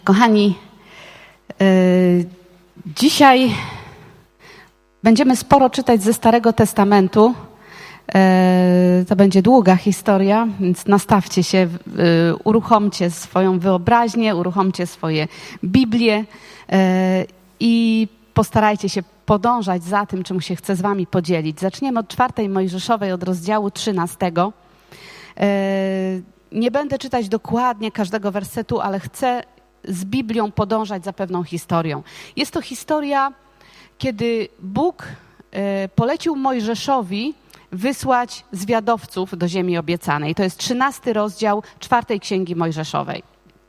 Kochani, dzisiaj będziemy sporo czytać ze Starego Testamentu. To będzie długa historia, więc nastawcie się, uruchomcie swoją wyobraźnię, uruchomcie swoje Biblię i postarajcie się podążać za tym, czym się chcę z wami podzielić. Zaczniemy od 4 Mojżeszowej, od rozdziału 13. Nie będę czytać dokładnie każdego wersetu, ale chcę z Biblią podążać za pewną historią. Jest to historia, kiedy Bóg polecił Mojżeszowi wysłać zwiadowców do ziemi obiecanej. To jest 13 rozdział 4 Księgi Mojżeszowej.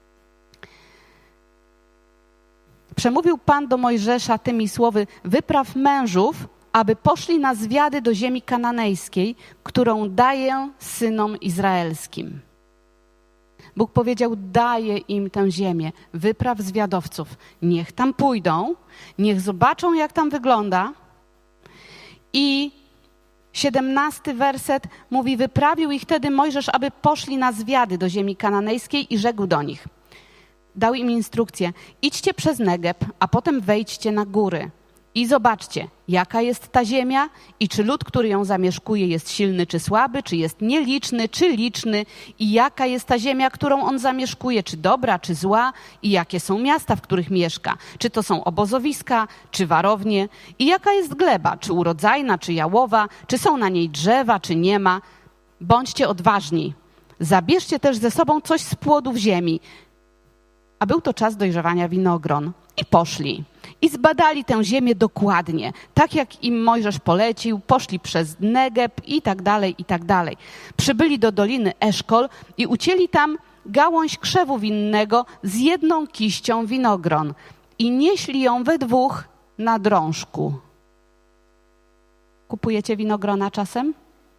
Przemówił Pan do Mojżesza tymi słowy: wypraw mężów, aby poszli na zwiady do ziemi kananejskiej, którą daję synom izraelskim. Bóg powiedział: daję im tę ziemię, wypraw zwiadowców. Niech tam pójdą, niech zobaczą, jak tam wygląda. I 17 werset mówi: wyprawił ich wtedy Mojżesz, aby poszli na zwiady do ziemi kananejskiej i rzekł do nich. Dał im instrukcję: idźcie przez Negeb, a potem wejdźcie na góry i zobaczcie, jaka jest ta ziemia i czy lud, który ją zamieszkuje, jest silny czy słaby, czy jest nieliczny, czy liczny i jaka jest ta ziemia, którą on zamieszkuje, czy dobra, czy zła i jakie są miasta, w których mieszka, czy to są obozowiska, czy warownie i jaka jest gleba, czy urodzajna, czy jałowa, czy są na niej drzewa, czy nie ma. Bądźcie odważni. Zabierzcie też ze sobą coś z płodów ziemi. A był to czas dojrzewania winogron. I poszli. I zbadali tę ziemię dokładnie. Tak jak im Mojżesz polecił, poszli przez Negeb i tak dalej, i tak dalej. Przybyli do doliny Eszkol i ucięli tam gałąź krzewu winnego z 1 kiścią winogron. I nieśli ją we 2 na drążku. Kupujecie winogrona czasem?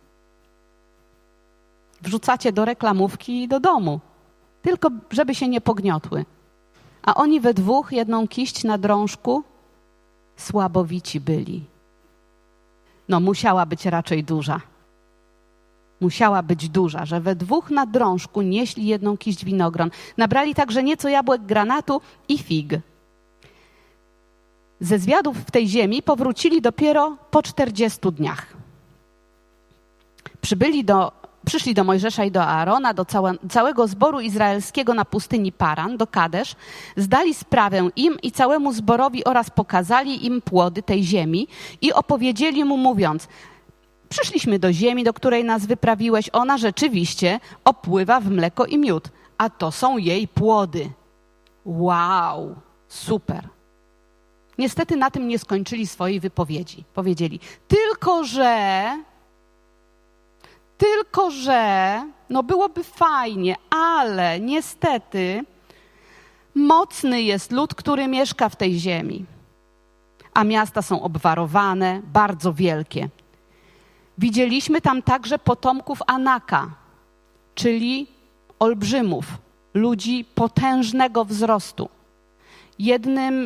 Wrzucacie do reklamówki i do domu. Tylko żeby się nie pogniotły. A oni we 2 1 kiść na drążku, słabowici byli. No musiała być raczej duża. Musiała być duża, że we 2 na drążku nieśli 1 kiść winogron. Nabrali także nieco jabłek granatu i fig. Ze zwiadów w tej ziemi powrócili dopiero po 40 dniach. Przyszli do Mojżesza i do Aarona, do całego zboru izraelskiego na pustyni Paran, do Kadesz, zdali sprawę im i całemu zborowi oraz pokazali im płody tej ziemi i opowiedzieli mu, mówiąc: przyszliśmy do ziemi, do której nas wyprawiłeś, ona rzeczywiście opływa w mleko i miód, a to są jej płody. Wow, super. Niestety na tym nie skończyli swojej wypowiedzi. Powiedzieli: tylko że, no byłoby fajnie, ale niestety mocny jest lud, który mieszka w tej ziemi, a miasta są obwarowane, bardzo wielkie. Widzieliśmy tam także potomków Anaka, czyli olbrzymów, ludzi potężnego wzrostu. Jednym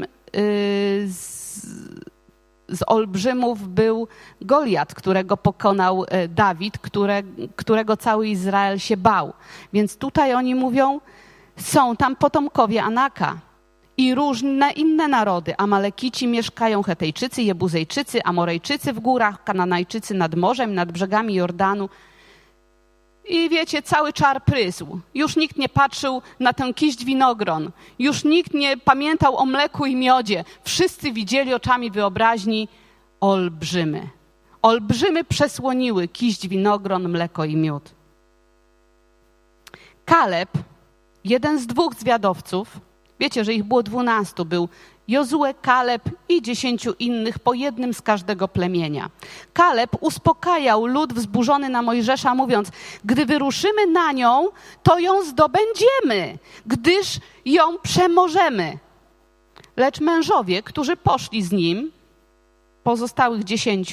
z olbrzymów był Goliat, którego pokonał Dawid, którego cały Izrael się bał. Więc tutaj oni mówią, są tam potomkowie Anaka i różne inne narody. Amalekici mieszkają, Hetejczycy, Jebuzejczycy, Amorejczycy w górach, Kananajczycy nad morzem, nad brzegami Jordanu. I wiecie, cały czar prysł. Już nikt nie patrzył na tę kiść winogron. Już nikt nie pamiętał o mleku i miodzie. Wszyscy widzieli oczami wyobraźni olbrzymy. Olbrzymy przesłoniły kiść winogron, mleko i miód. Kaleb, jeden z 2 zwiadowców, wiecie, że ich było 12, był Jozue, Kaleb i 10 innych, po 1 z każdego plemienia. Kaleb uspokajał lud wzburzony na Mojżesza, mówiąc: gdy wyruszymy na nią, to ją zdobędziemy, gdyż ją przemożemy. Lecz mężowie, którzy poszli z nim, pozostałych 10,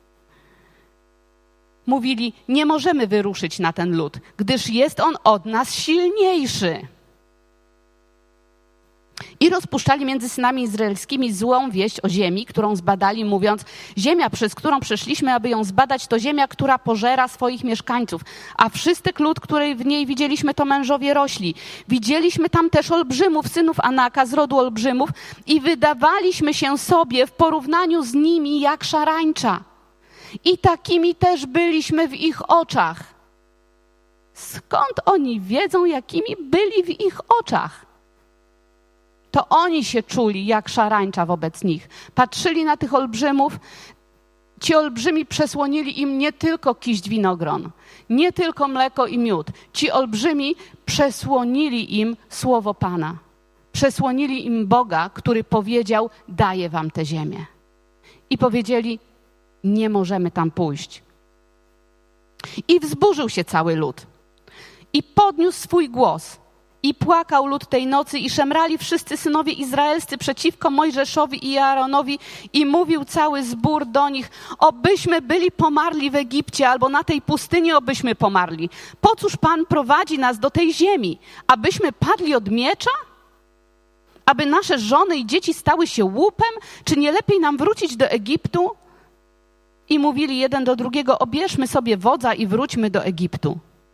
mówili: nie możemy wyruszyć na ten lud, gdyż jest on od nas silniejszy. I rozpuszczali między synami izraelskimi złą wieść o ziemi, którą zbadali, mówiąc: ziemia, przez którą przeszliśmy, aby ją zbadać, to ziemia, która pożera swoich mieszkańców. A wszyscy lud, który w niej widzieliśmy, to mężowie rośli. Widzieliśmy tam też olbrzymów, synów Anaka z rodu olbrzymów i wydawaliśmy się sobie w porównaniu z nimi jak szarańcza. I takimi też byliśmy w ich oczach. Skąd oni wiedzą, jakimi byli w ich oczach? To oni się czuli jak szarańcza wobec nich. Patrzyli na tych olbrzymów. Ci olbrzymi przesłonili im nie tylko kiść winogron, nie tylko mleko i miód. Ci olbrzymi przesłonili im słowo Pana. Przesłonili im Boga, który powiedział: daję wam tę ziemię. I powiedzieli: nie możemy tam pójść. I wzburzył się cały lud. I podniósł swój głos. I płakał lud tej nocy i szemrali wszyscy synowie izraelscy przeciwko Mojżeszowi i Aaronowi i mówił cały zbór do nich: obyśmy byli pomarli w Egipcie albo na tej pustyni obyśmy pomarli. Po cóż Pan prowadzi nas do tej ziemi? Abyśmy padli od miecza? Aby nasze żony i dzieci stały się łupem? Czy nie lepiej nam wrócić do Egiptu? I mówili jeden do drugiego: obierzmy sobie wodza i wróćmy do Egiptu.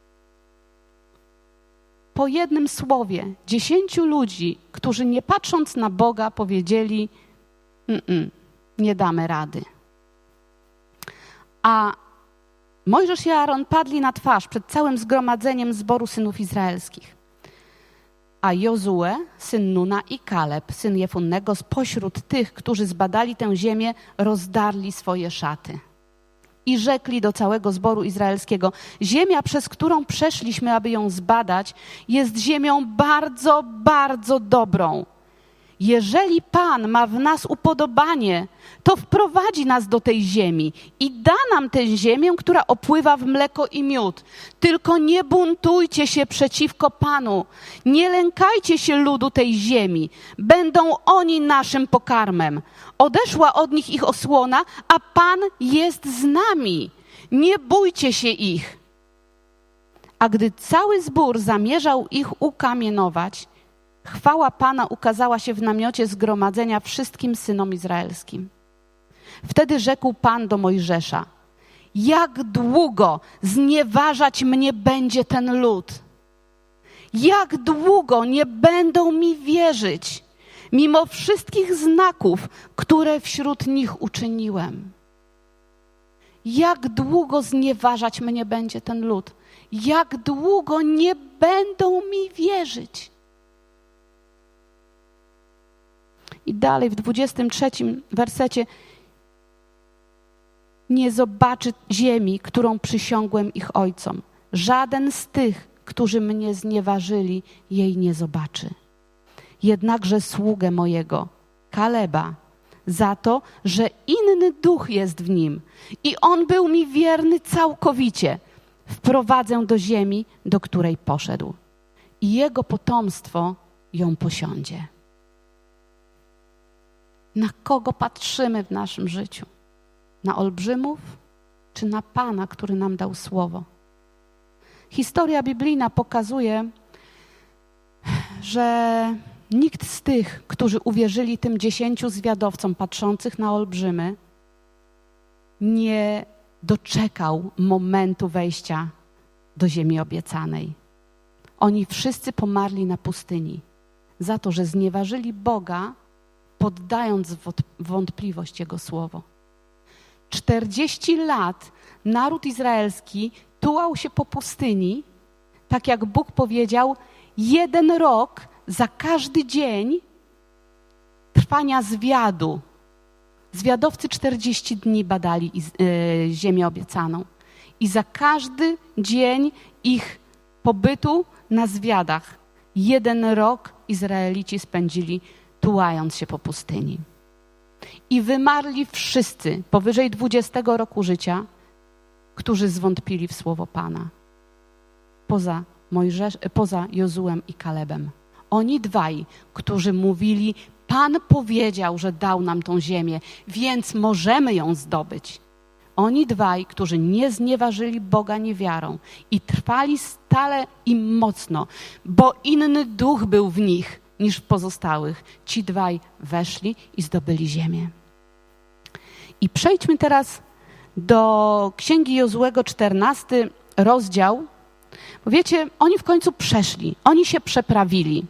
Po jednym słowie 10 ludzi, którzy nie patrząc na Boga powiedzieli: nie damy rady. A Mojżesz i Aaron padli na twarz przed całym zgromadzeniem zboru synów izraelskich. A Jozue, syn Nuna, i Kaleb, syn Jefunnego, spośród tych, którzy zbadali tę ziemię, rozdarli swoje szaty. I rzekli do całego zboru izraelskiego: ziemia, przez którą przeszliśmy, aby ją zbadać, jest ziemią bardzo, bardzo dobrą. Jeżeli Pan ma w nas upodobanie, to wprowadzi nas do tej ziemi i da nam tę ziemię, która opływa w mleko i miód. Tylko nie buntujcie się przeciwko Panu, nie lękajcie się ludu tej ziemi. Będą oni naszym pokarmem. Odeszła od nich ich osłona, a Pan jest z nami. Nie bójcie się ich. A gdy cały zbór zamierzał ich ukamienować, chwała Pana ukazała się w namiocie zgromadzenia wszystkim synom izraelskim. Wtedy rzekł Pan do Mojżesza: jak długo znieważać mnie będzie ten lud? Jak długo nie będą mi wierzyć, mimo wszystkich znaków, które wśród nich uczyniłem? Jak długo znieważać mnie będzie ten lud? Jak długo nie będą mi wierzyć? I dalej w 23 wersecie: nie zobaczy ziemi, którą przysiągłem ich ojcom. Żaden z tych, którzy mnie znieważyli, jej nie zobaczy. Jednakże sługę mojego, Kaleba, za to, że inny duch jest w nim i on był mi wierny całkowicie, wprowadzę do ziemi, do której poszedł. I jego potomstwo ją posiądzie. Na kogo patrzymy w naszym życiu? Na olbrzymów czy na Pana, który nam dał słowo? Historia biblijna pokazuje, że nikt z tych, którzy uwierzyli tym 10 zwiadowcom patrzących na olbrzymy, nie doczekał momentu wejścia do ziemi obiecanej. Oni wszyscy pomarli na pustyni za to, że znieważyli Boga, poddając w wątpliwość Jego słowo. 40 lat naród izraelski tułał się po pustyni, tak jak Bóg powiedział, 1 rok za każdy dzień trwania zwiadu. Zwiadowcy 40 dni badali ziemię obiecaną. I za każdy dzień ich pobytu na zwiadach 1 rok Izraelici spędzili tułając się po pustyni. I wymarli wszyscy powyżej 20 roku życia, którzy zwątpili w słowo Pana. Poza Jozułem i Kalebem. Oni dwaj, którzy mówili: Pan powiedział, że dał nam tą ziemię, więc możemy ją zdobyć. Oni dwaj, którzy nie znieważyli Boga niewiarą i trwali stale i mocno, bo inny duch był w nich niż w pozostałych. Ci dwaj weszli i zdobyli ziemię. I przejdźmy teraz do Księgi Jozułego, 14 rozdział. Bo wiecie, oni w końcu przeszli, oni się przeprawili.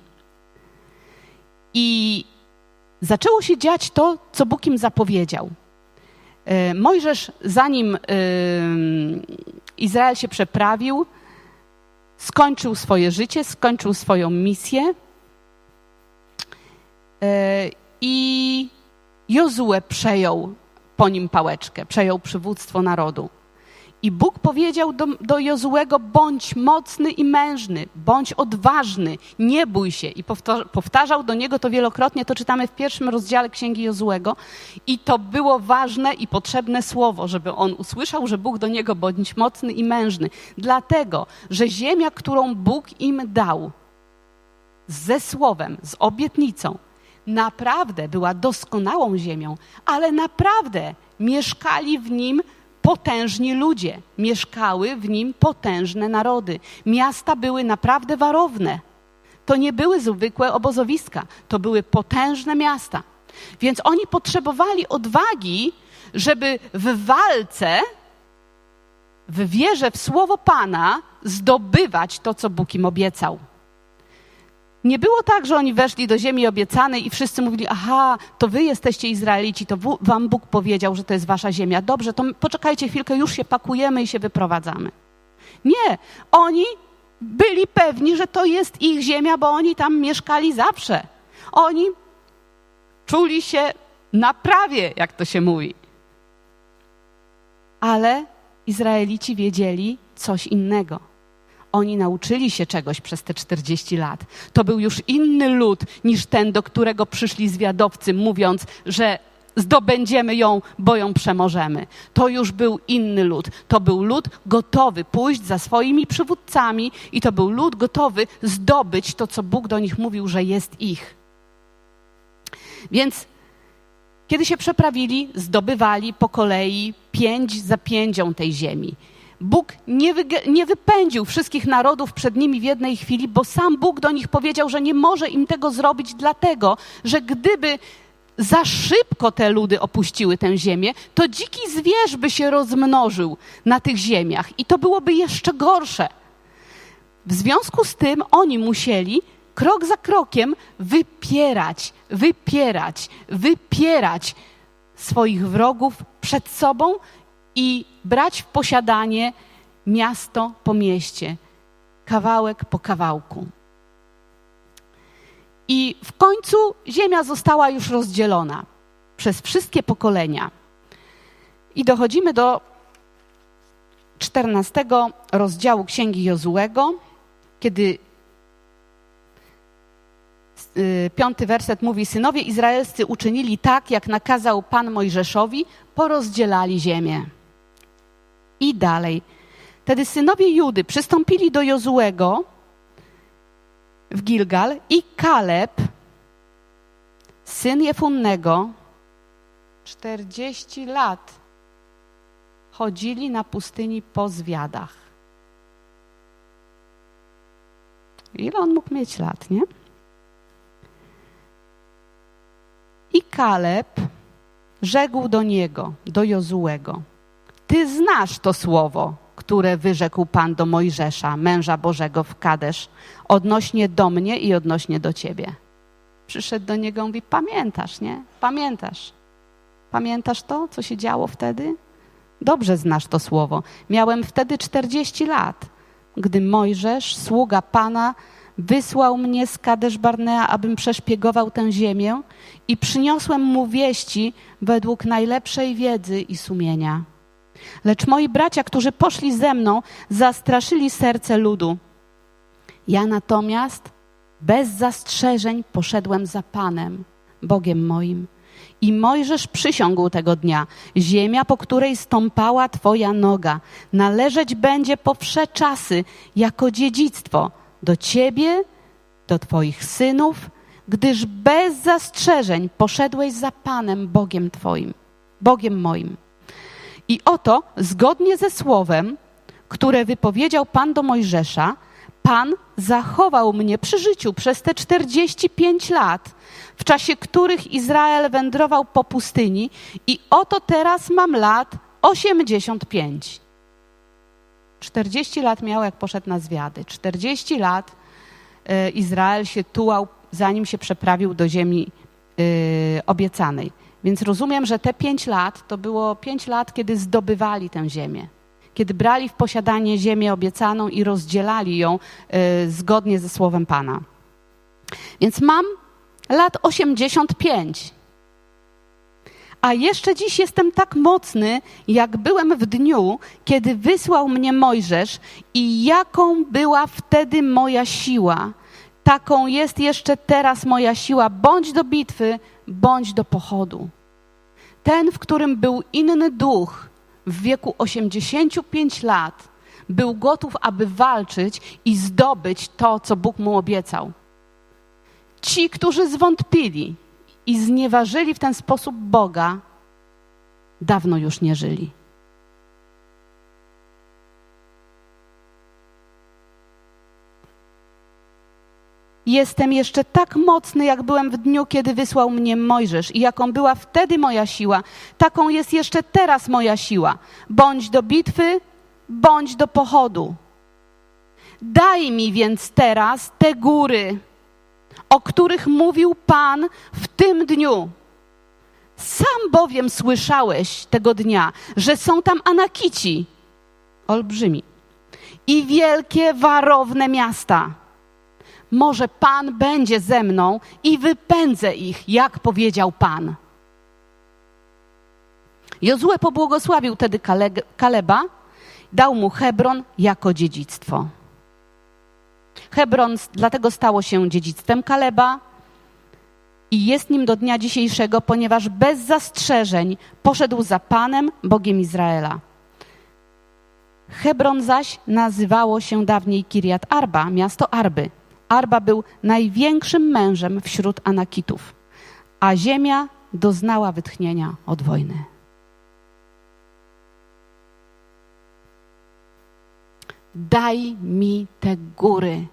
I zaczęło się dziać to, co Bóg im zapowiedział. Mojżesz, zanim Izrael się przeprawił, skończył swoje życie, skończył swoją misję i Jozue przejął po nim pałeczkę, przejął przywództwo narodu. I Bóg powiedział do Jozuego: bądź mocny i mężny, bądź odważny, nie bój się. I powtarzał do niego to wielokrotnie, to czytamy w 1 rozdziale Księgi Jozuego. I to było ważne i potrzebne słowo, żeby on usłyszał, że Bóg do niego: bądź mocny i mężny. Dlatego, że ziemia, którą Bóg im dał, ze słowem, z obietnicą, naprawdę była doskonałą ziemią, ale naprawdę mieszkali w nim potężni ludzie, mieszkały w nim potężne narody. Miasta były naprawdę warowne. To nie były zwykłe obozowiska, to były potężne miasta. Więc oni potrzebowali odwagi, żeby w walce, w wierze w słowo Pana zdobywać to, co Bóg im obiecał. Nie było tak, że oni weszli do ziemi obiecanej i wszyscy mówili: aha, to wy jesteście Izraelici, to wam Bóg powiedział, że to jest wasza ziemia. Dobrze, to poczekajcie chwilkę, już się pakujemy i się wyprowadzamy. Nie, oni byli pewni, że to jest ich ziemia, bo oni tam mieszkali zawsze. Oni czuli się na prawie, jak to się mówi. Ale Izraelici wiedzieli coś innego. Oni nauczyli się czegoś przez te 40 lat. To był już inny lud niż ten, do którego przyszli zwiadowcy, mówiąc, że zdobędziemy ją, bo ją przemożemy. To już był inny lud. To był lud gotowy pójść za swoimi przywódcami i to był lud gotowy zdobyć to, co Bóg do nich mówił, że jest ich. Więc kiedy się przeprawili, zdobywali po kolei pięć za pięcią tej ziemi. Bóg nie wypędził wszystkich narodów przed nimi w jednej chwili, bo sam Bóg do nich powiedział, że nie może im tego zrobić, dlatego, że gdyby za szybko te ludy opuściły tę ziemię, to dziki zwierz by się rozmnożył na tych ziemiach i to byłoby jeszcze gorsze. W związku z tym oni musieli krok za krokiem wypierać swoich wrogów przed sobą i brać w posiadanie miasto po mieście, kawałek po kawałku. I w końcu ziemia została już rozdzielona przez wszystkie pokolenia. I dochodzimy do 14 rozdziału Księgi Jozułego, kiedy 5 werset mówi: synowie izraelscy uczynili tak, jak nakazał Pan Mojżeszowi, porozdzielali ziemię. I dalej. Wtedy synowie Judy przystąpili do Jozułego w Gilgal i Kaleb, syn Jefunnego, 40 lat chodzili na pustyni po zwiadach. Ile on mógł mieć lat, nie? I Kaleb rzekł do niego, do Jozułego: ty znasz to słowo, które wyrzekł Pan do Mojżesza, męża Bożego w Kadesz, odnośnie do mnie i odnośnie do ciebie. Przyszedł do niego i mówi: pamiętasz, nie? Pamiętasz? Pamiętasz to, co się działo wtedy? Dobrze znasz to słowo. Miałem wtedy 40 lat, gdy Mojżesz, sługa Pana, wysłał mnie z Kadesz Barnea, abym przeszpiegował tę ziemię i przyniosłem mu wieści według najlepszej wiedzy i sumienia. Lecz moi bracia, którzy poszli ze mną, zastraszyli serce ludu. Ja natomiast bez zastrzeżeń poszedłem za Panem, Bogiem moim. I Mojżesz przysiągł tego dnia: ziemia, po której stąpała twoja noga, należeć będzie po wsze czasy jako dziedzictwo do ciebie, do twoich synów, gdyż bez zastrzeżeń poszedłeś za Panem, Bogiem twoim, Bogiem moim. I oto, zgodnie ze słowem, które wypowiedział Pan do Mojżesza, Pan zachował mnie przy życiu przez te 45 lat, w czasie których Izrael wędrował po pustyni i oto teraz mam lat 85. 40 lat miał, jak poszedł na zwiady. 40 lat Izrael się tułał, zanim się przeprawił do ziemi obiecanej. Więc rozumiem, że te 5 lat to było 5 lat, kiedy zdobywali tę ziemię. Kiedy brali w posiadanie ziemię obiecaną i rozdzielali ją zgodnie ze słowem Pana. Więc mam lat 85. A jeszcze dziś jestem tak mocny, jak byłem w dniu, kiedy wysłał mnie Mojżesz i jaką była wtedy moja siła. Taką jest jeszcze teraz moja siła, bądź do bitwy, bądź do pochodu. Ten, w którym był inny duch, w wieku 85 lat, był gotów, aby walczyć i zdobyć to, co Bóg mu obiecał. Ci, którzy zwątpili i znieważyli w ten sposób Boga, dawno już nie żyli. Jestem jeszcze tak mocny, jak byłem w dniu, kiedy wysłał mnie Mojżesz i jaką była wtedy moja siła, taką jest jeszcze teraz moja siła. Bądź do bitwy, bądź do pochodu. Daj mi więc teraz te góry, o których mówił Pan w tym dniu. Sam bowiem słyszałeś tego dnia, że są tam Anakici, olbrzymi, i wielkie, warowne miasta. Może Pan będzie ze mną i wypędzę ich, jak powiedział Pan. Jozue pobłogosławił wtedy Kaleba, dał mu Hebron jako dziedzictwo. Hebron dlatego stało się dziedzictwem Kaleba i jest nim do dnia dzisiejszego, ponieważ bez zastrzeżeń poszedł za Panem, Bogiem Izraela. Hebron zaś nazywało się dawniej Kirjat Arba, miasto Arby. Arba był największym mężem wśród Anakitów, a ziemia doznała wytchnienia od wojny. Daj mi te góry.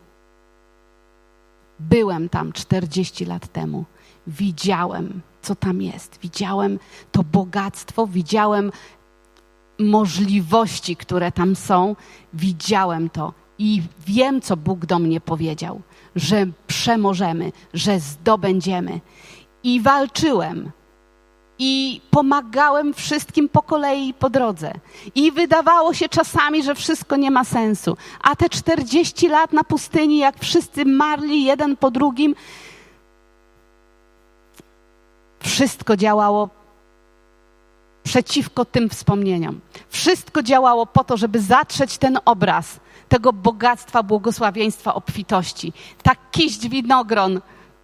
Byłem tam 40 lat temu. Widziałem, co tam jest. Widziałem to bogactwo, widziałem możliwości, które tam są. Widziałem to i wiem, co Bóg do mnie powiedział, że przemożemy, że zdobędziemy. I walczyłem. I pomagałem wszystkim po kolei i po drodze. I wydawało się czasami, że wszystko nie ma sensu. A te 40 lat na pustyni, jak wszyscy marli jeden po drugim, wszystko działało przeciwko tym wspomnieniom. Wszystko działało po to, żeby zatrzeć ten obraz tego bogactwa, błogosławieństwa, obfitości. Tak kiść winogron.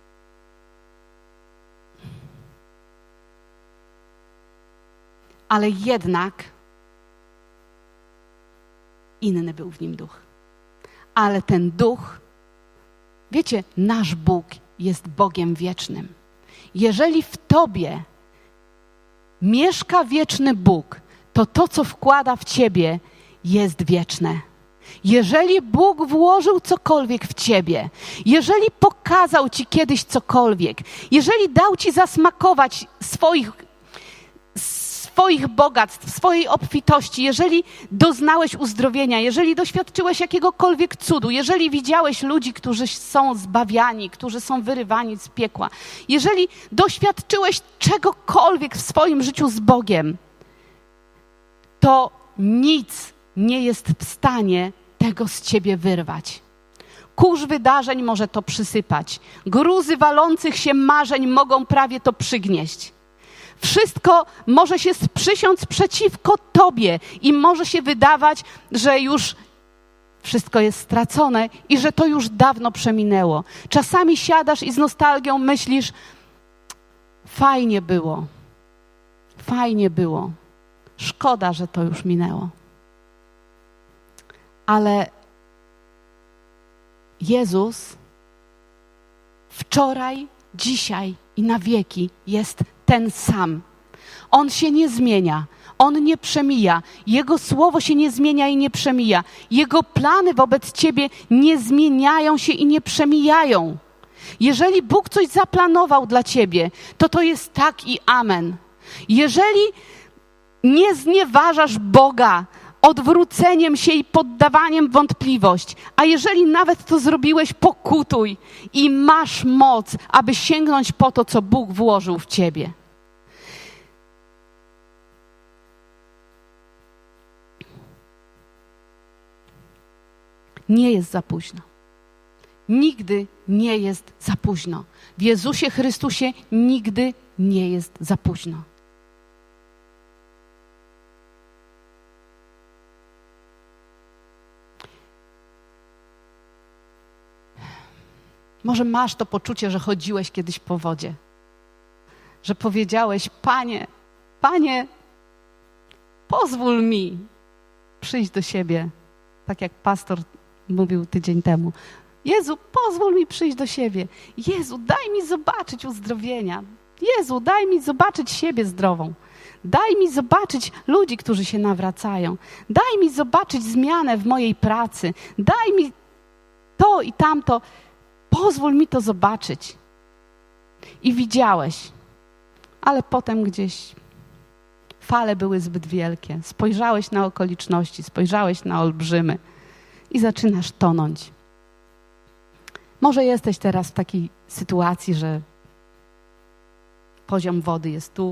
Ale jednak inny był w nim duch. Ale ten duch, wiecie, nasz Bóg jest Bogiem wiecznym. Jeżeli w tobie mieszka wieczny Bóg, to to, co wkłada w ciebie, jest wieczne. Jeżeli Bóg włożył cokolwiek w ciebie, jeżeli pokazał ci kiedyś cokolwiek, jeżeli dał ci zasmakować swoich bogactw, swojej obfitości, jeżeli doznałeś uzdrowienia, jeżeli doświadczyłeś jakiegokolwiek cudu, jeżeli widziałeś ludzi, którzy są zbawiani, którzy są wyrywani z piekła, jeżeli doświadczyłeś czegokolwiek w swoim życiu z Bogiem, to nic nie jest w stanie tego z ciebie wyrwać. Kurz wydarzeń może to przysypać. Gruzy walących się marzeń mogą prawie to przygnieść. Wszystko może się sprzysiąc przeciwko tobie i może się wydawać, że już wszystko jest stracone i że to już dawno przeminęło. Czasami siadasz i z nostalgią myślisz, fajnie było, szkoda, że to już minęło. Ale Jezus wczoraj, dzisiaj i na wieki jest ten sam. On się nie zmienia. On nie przemija. Jego słowo się nie zmienia i nie przemija. Jego plany wobec ciebie nie zmieniają się i nie przemijają. Jeżeli Bóg coś zaplanował dla ciebie, to jest tak i amen. Jeżeli nie znieważasz Boga odwróceniem się i poddawaniem wątpliwość, a jeżeli nawet to zrobiłeś, pokutuj i masz moc, aby sięgnąć po to, co Bóg włożył w ciebie. Nie jest za późno. Nigdy nie jest za późno. W Jezusie Chrystusie nigdy nie jest za późno. Może masz to poczucie, że chodziłeś kiedyś po wodzie. Że powiedziałeś, Panie, pozwól mi przyjść do siebie. Tak jak pastor mówił tydzień temu. Jezu, pozwól mi przyjść do siebie. Jezu, daj mi zobaczyć uzdrowienia. Jezu, daj mi zobaczyć siebie zdrową. Daj mi zobaczyć ludzi, którzy się nawracają. Daj mi zobaczyć zmianę w mojej pracy. Daj mi to i tamto. Pozwól mi to zobaczyć. I widziałeś, ale potem gdzieś fale były zbyt wielkie. Spojrzałeś na okoliczności, spojrzałeś na olbrzymy i zaczynasz tonąć. Może jesteś teraz w takiej sytuacji, że poziom wody jest tu,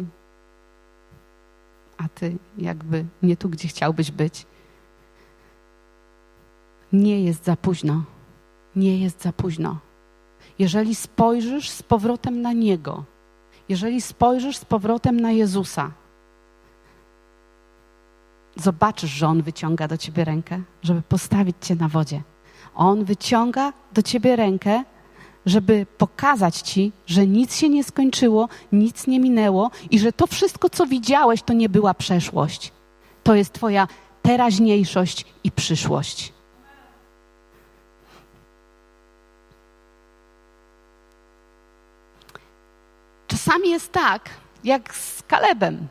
a ty jakby nie tu, gdzie chciałbyś być. Nie jest za późno. Nie jest za późno. Jeżeli spojrzysz z powrotem na Niego, jeżeli spojrzysz z powrotem na Jezusa, zobaczysz, że On wyciąga do ciebie rękę, żeby postawić cię na wodzie. On wyciąga do ciebie rękę, żeby pokazać ci, że nic się nie skończyło, nic nie minęło i że to wszystko, co widziałeś, to nie była przeszłość. To jest twoja teraźniejszość i przyszłość. Czasami jest tak, jak z Kalebem,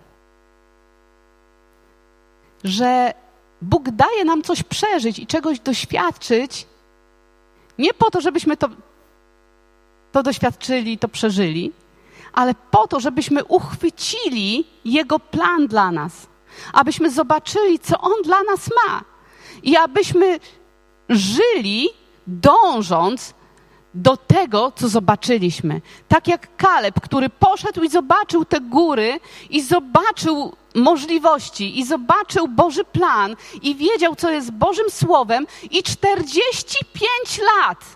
że Bóg daje nam coś przeżyć i czegoś doświadczyć, nie po to, żebyśmy to doświadczyli, to przeżyli, ale po to, żebyśmy uchwycili Jego plan dla nas, abyśmy zobaczyli, co On dla nas ma i abyśmy żyli, dążąc do tego, co zobaczyliśmy. Tak jak Kaleb, który poszedł i zobaczył te góry i zobaczył możliwości i zobaczył Boży plan i wiedział, co jest Bożym Słowem i 45 lat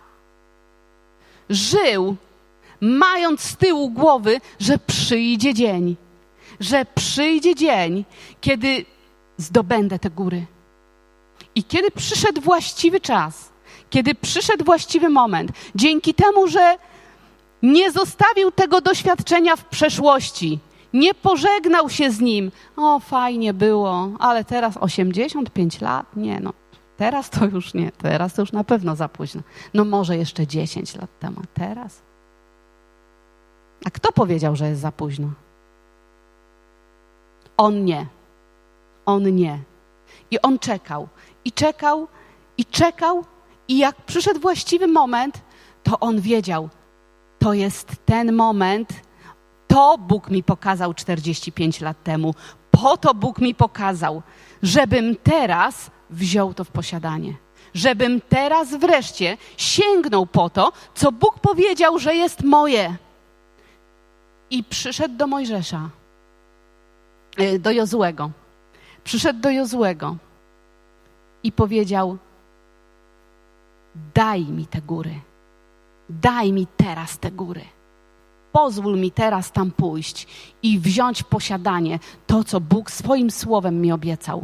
żył, mając z tyłu głowy, że przyjdzie dzień, kiedy zdobędę te góry. I kiedy przyszedł właściwy czas, kiedy przyszedł właściwy moment, dzięki temu, że nie zostawił tego doświadczenia w przeszłości, nie pożegnał się z nim. O, fajnie było, ale teraz 85 lat? Nie, no, teraz to już nie, teraz to już na pewno za późno. No może jeszcze 10 lat temu, teraz? A kto powiedział, że jest za późno? On nie. I on czekał. I jak przyszedł właściwy moment, to on wiedział, to jest ten moment, to Bóg mi pokazał 45 lat temu. Po to Bóg mi pokazał, żebym teraz wziął to w posiadanie. Żebym teraz wreszcie sięgnął po to, co Bóg powiedział, że jest moje. I przyszedł do Mojżesza, do Jozłego. Przyszedł do Jozłego i powiedział: daj mi te góry. Daj mi teraz te góry. Pozwól mi teraz tam pójść i wziąć w posiadanie to, co Bóg swoim słowem mi obiecał.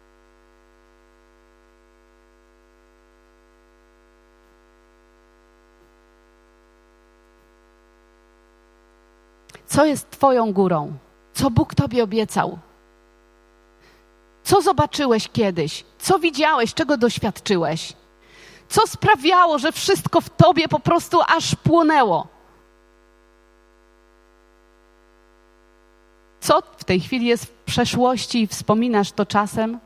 Co jest twoją górą? Co Bóg tobie obiecał? Co zobaczyłeś kiedyś? Co widziałeś? Czego doświadczyłeś? Co sprawiało, że wszystko w tobie po prostu aż płonęło? co w tej chwili jest w przeszłości i wspominasz to czasem?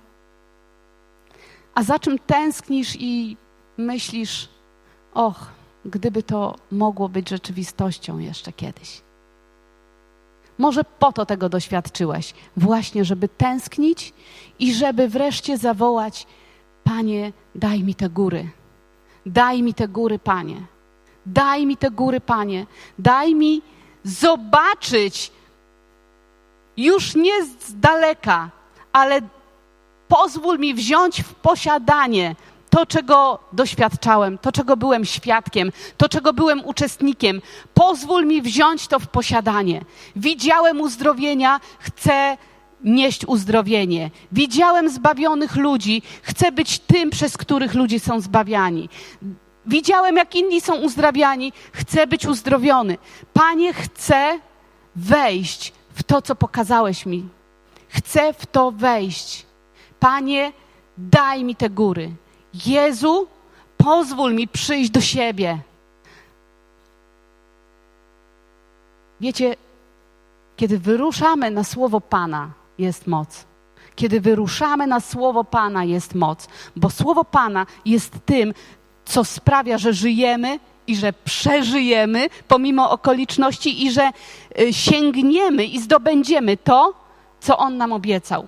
A za czym tęsknisz i myślisz, och, gdyby to mogło być rzeczywistością jeszcze kiedyś. Może po to tego doświadczyłeś, właśnie żeby tęsknić i żeby wreszcie zawołać: Panie, daj mi te góry. Daj mi te góry, Panie. Daj mi te góry, Panie. Daj mi zobaczyć już nie z daleka, ale pozwól mi wziąć w posiadanie to, czego doświadczałem, to, czego byłem świadkiem, to, czego byłem uczestnikiem. Pozwól mi wziąć to w posiadanie. Widziałem uzdrowienia, chcę nieść uzdrowienie. Widziałem zbawionych ludzi, chcę być tym, przez których ludzie są zbawiani. Widziałem, jak inni są uzdrawiani, chcę być uzdrowiony. Panie, chcę wejść w to, co pokazałeś mi. Chcę w to wejść. Panie, daj mi te góry. Jezu, pozwól mi przyjść do siebie. Wiecie, kiedy wyruszamy na słowo Pana, jest moc. Kiedy wyruszamy na słowo Pana, jest moc. Bo słowo Pana jest tym, co sprawia, że żyjemy i że przeżyjemy pomimo okoliczności i że sięgniemy i zdobędziemy to, co On nam obiecał.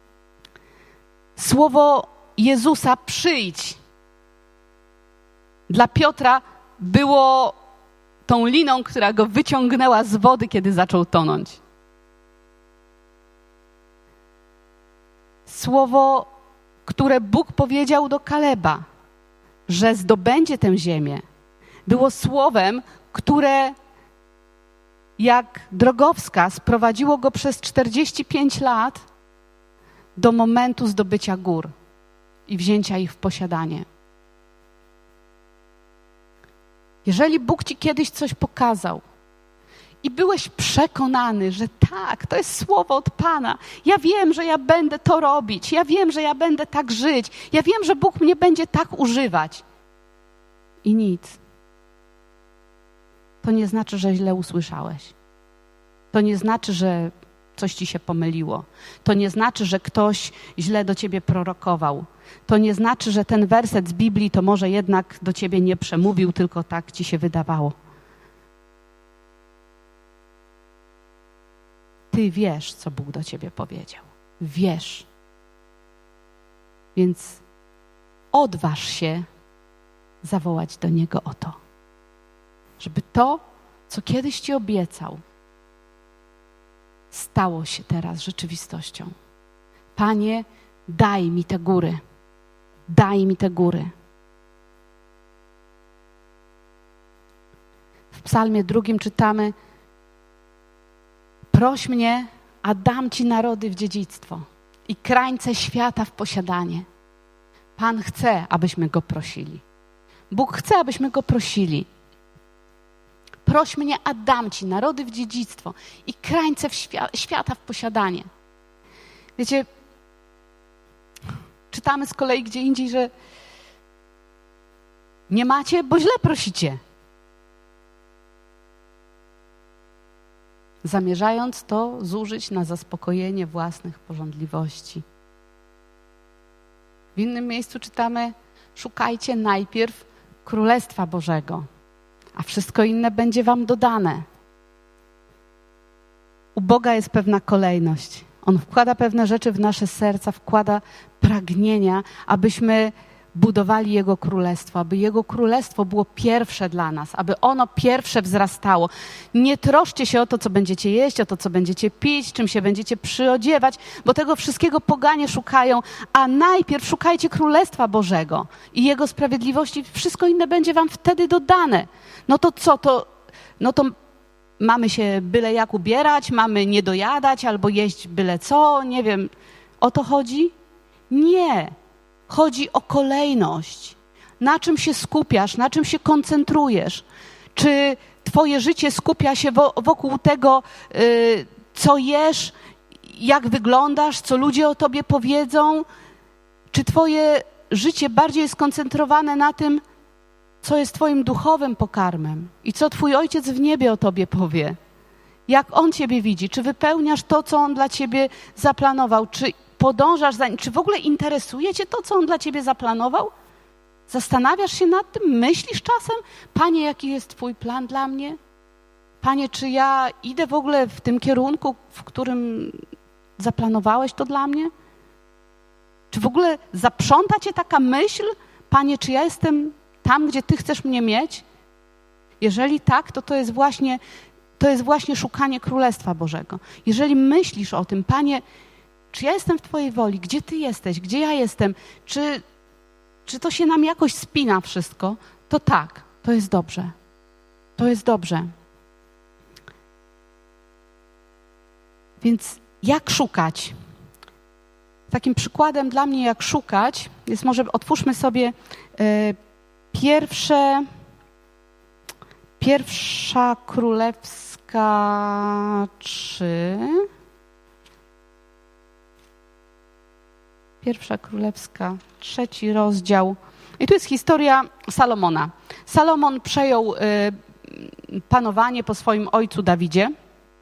Słowo Jezusa przyjdź dla Piotra było tą liną, która go wyciągnęła z wody, kiedy zaczął tonąć. Słowo, które Bóg powiedział do Kaleba, że zdobędzie tę ziemię, było słowem, które jak drogowskaz prowadziło go przez 45 lat do momentu zdobycia gór i wzięcia ich w posiadanie. Jeżeli Bóg ci kiedyś coś pokazał i byłeś przekonany, że tak, to jest słowo od Pana, ja wiem, że ja będę to robić, ja wiem, że ja będę tak żyć, ja wiem, że Bóg mnie będzie tak używać i nic, to nie znaczy, że źle usłyszałeś. To nie znaczy, że coś ci się pomyliło. To nie znaczy, że ktoś źle do ciebie prorokował. To nie znaczy, że ten werset z Biblii to może jednak do ciebie nie przemówił, tylko tak ci się wydawało. Ty wiesz, co Bóg do ciebie powiedział. Wiesz. Więc odważ się zawołać do Niego o to. Żeby to, co kiedyś ci obiecał, stało się teraz rzeczywistością. Panie, daj mi te góry. Daj mi te góry. W Psalmie 2 czytamy: proś mnie, a dam ci narody w dziedzictwo i krańce świata w posiadanie. Pan chce, abyśmy Go prosili. Bóg chce, abyśmy Go prosili. Proś mnie, a dam ci narody w dziedzictwo i krańce świata w posiadanie. Wiecie, czytamy z kolei gdzie indziej, że nie macie, bo źle prosicie. Zamierzając to zużyć na zaspokojenie własnych pożądliwości. W innym miejscu czytamy: szukajcie najpierw Królestwa Bożego, a wszystko inne będzie wam dodane. U Boga jest pewna kolejność. On wkłada pewne rzeczy w nasze serca, wkłada pragnienia, abyśmy budowali Jego Królestwo, aby Jego Królestwo było pierwsze dla nas, aby ono pierwsze wzrastało. Nie troszcie się o to, co będziecie jeść, o to, co będziecie pić, czym się będziecie przyodziewać, bo tego wszystkiego poganie szukają, a najpierw szukajcie Królestwa Bożego i Jego sprawiedliwości. Wszystko inne będzie wam wtedy dodane. No to co? No to mamy się byle jak ubierać, mamy nie dojadać albo jeść byle co, nie wiem. O to chodzi? Nie. Chodzi o kolejność. Na czym się skupiasz, na czym się koncentrujesz? Czy twoje życie skupia się wokół tego, co jesz, jak wyglądasz, co ludzie o tobie powiedzą? Czy twoje życie bardziej jest skoncentrowane na tym, co jest twoim duchowym pokarmem i co twój Ojciec w niebie o tobie powie? jak On ciebie widzi? Czy wypełniasz to, co On dla ciebie zaplanował? Czy podążasz za nim? Czy w ogóle interesuje cię to, co On dla ciebie zaplanował? Zastanawiasz się nad tym? Myślisz czasem? Panie, jaki jest Twój plan dla mnie? Panie, czy ja idę w ogóle w tym kierunku, w którym zaplanowałeś to dla mnie? Czy w ogóle zaprząta cię taka myśl? Panie, czy ja jestem tam, gdzie Ty chcesz mnie mieć? Jeżeli tak, to jest właśnie szukanie Królestwa Bożego. Jeżeli myślisz o tym, Panie, czy ja jestem w Twojej woli? Gdzie Ty jesteś? Gdzie ja jestem? Czy to się nam jakoś spina wszystko? To tak, to jest dobrze. To jest dobrze. Więc jak szukać? Takim przykładem dla mnie, jak szukać, jest, może otwórzmy sobie Pierwsza Królewska 3. Pierwsza Królewska, 3 rozdział. I tu jest historia Salomona. Salomon przejął panowanie po swoim ojcu Dawidzie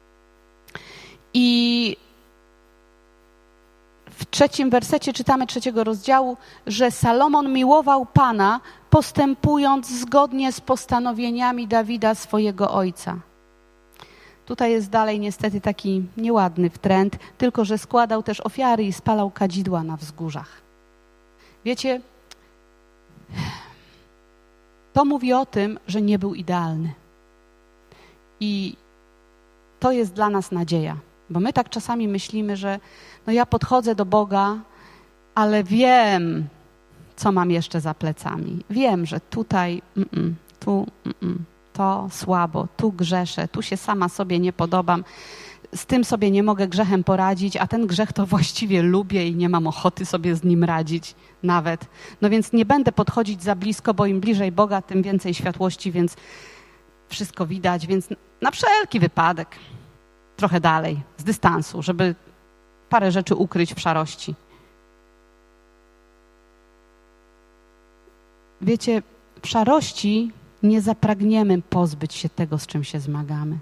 i w 3 wersecie czytamy 3 rozdziału, że Salomon miłował Pana, postępując zgodnie z postanowieniami Dawida, swojego ojca. Tutaj jest dalej niestety taki nieładny wtręt, tylko że składał też ofiary i spalał kadzidła na wzgórzach. Wiecie, to mówi o tym, że nie był idealny. I to jest dla nas nadzieja, bo my tak czasami myślimy, że ja podchodzę do Boga, ale co mam jeszcze za plecami. Wiem, że tutaj to słabo, tu grzeszę, tu się sama sobie nie podobam, z tym sobie nie mogę grzechem poradzić, a ten grzech to właściwie lubię i nie mam ochoty sobie z nim radzić nawet. No więc nie będę podchodzić za blisko, bo im bliżej Boga, tym więcej światłości, więc wszystko widać, więc na wszelki wypadek trochę dalej, z dystansu, żeby parę rzeczy ukryć w szarości. Wiecie, w szarości nie zapragniemy pozbyć się tego, z czym się zmagamy.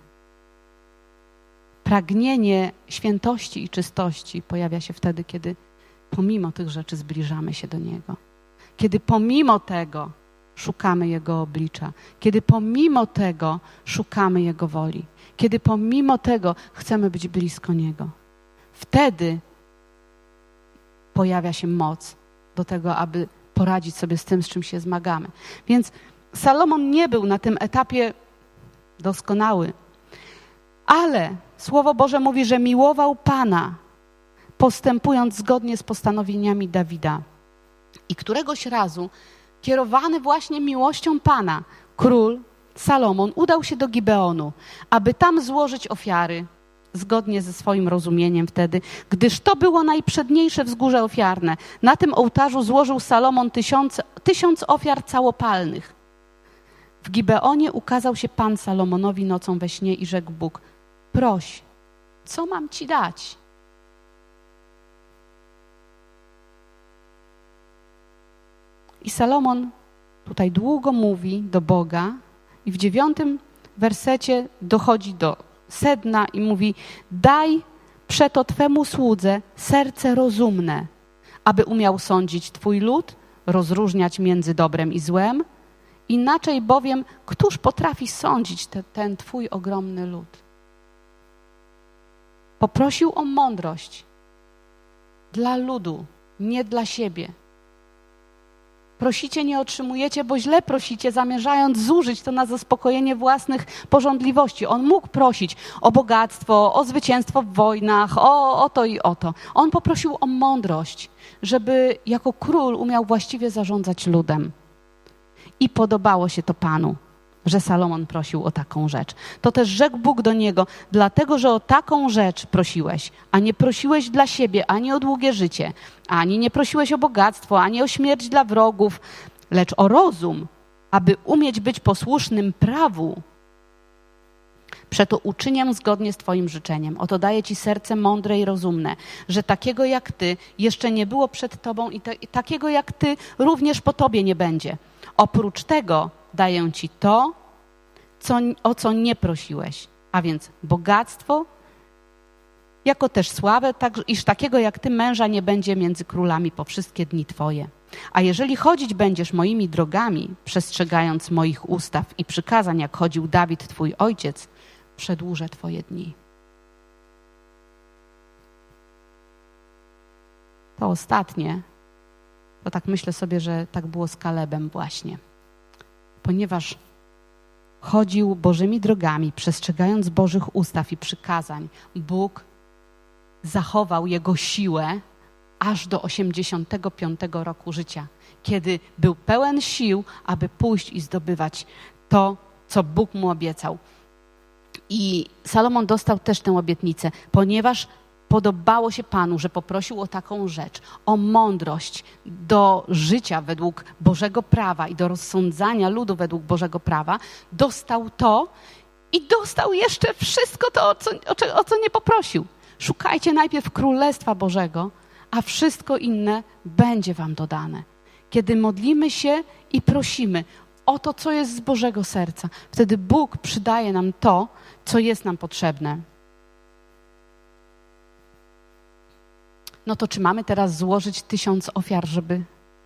Pragnienie świętości i czystości pojawia się wtedy, kiedy pomimo tych rzeczy zbliżamy się do Niego. Kiedy pomimo tego szukamy Jego oblicza. Kiedy pomimo tego szukamy Jego woli. Kiedy pomimo tego chcemy być blisko Niego. Wtedy pojawia się moc do tego, aby poradzić sobie z tym, z czym się zmagamy. Więc Salomon nie był na tym etapie doskonały, ale Słowo Boże mówi, że miłował Pana, postępując zgodnie z postanowieniami Dawida. I któregoś razu, kierowany właśnie miłością Pana, król Salomon udał się do Gibeonu, aby tam złożyć ofiary, zgodnie ze swoim rozumieniem wtedy, gdyż to było najprzedniejsze wzgórze ofiarne. Na tym ołtarzu złożył Salomon 1000 ofiar całopalnych. W Gibeonie ukazał się Pan Salomonowi nocą we śnie i rzekł Bóg: proś, co mam Ci dać? I Salomon tutaj długo mówi do Boga i w 9 wersecie dochodzi do sedna i mówi: daj przeto Twemu słudze serce rozumne, aby umiał sądzić Twój lud, rozróżniać między dobrem i złem. Inaczej bowiem, któż potrafi sądzić ten Twój ogromny lud? Poprosił o mądrość dla ludu, nie dla siebie. Prosicie, nie otrzymujecie, bo źle prosicie, zamierzając zużyć to na zaspokojenie własnych pożądliwości. On mógł prosić o bogactwo, o zwycięstwo w wojnach, o to i o to. On poprosił o mądrość, żeby jako król umiał właściwie zarządzać ludem. I podobało się to Panu, że Salomon prosił o taką rzecz. To też rzekł Bóg do niego: dlatego, że o taką rzecz prosiłeś, a nie prosiłeś dla siebie ani o długie życie, ani nie prosiłeś o bogactwo, ani o śmierć dla wrogów, lecz o rozum, aby umieć być posłusznym prawu. Przeto uczynię zgodnie z Twoim życzeniem. Oto daję Ci serce mądre i rozumne, że takiego jak Ty jeszcze nie było przed Tobą i takiego jak Ty również po Tobie nie będzie. Oprócz tego daję Ci to, o co nie prosiłeś, A więc bogactwo, jako też sławę, iż takiego jak ty męża nie będzie między królami po wszystkie dni twoje. A jeżeli chodzić będziesz moimi drogami, przestrzegając moich ustaw i przykazań, jak chodził Dawid, twój ojciec, przedłużę twoje dni. To ostatnie, to tak myślę sobie, że tak było z Kalebem właśnie. Ponieważ chodził Bożymi drogami, przestrzegając Bożych ustaw i przykazań, Bóg zachował jego siłę aż do 85 roku życia, kiedy był pełen sił, aby pójść i zdobywać to, co Bóg mu obiecał. I Salomon dostał też tę obietnicę, ponieważ podobało się Panu, że poprosił o taką rzecz, o mądrość do życia według Bożego prawa i do rozsądzania ludu według Bożego prawa. Dostał to i dostał jeszcze wszystko to, o co nie poprosił. Szukajcie najpierw Królestwa Bożego, a wszystko inne będzie wam dodane. Kiedy modlimy się i prosimy o to, co jest z Bożego serca, wtedy Bóg przydaje nam to, co jest nam potrzebne. No to czy mamy teraz złożyć 1000 ofiar, żeby...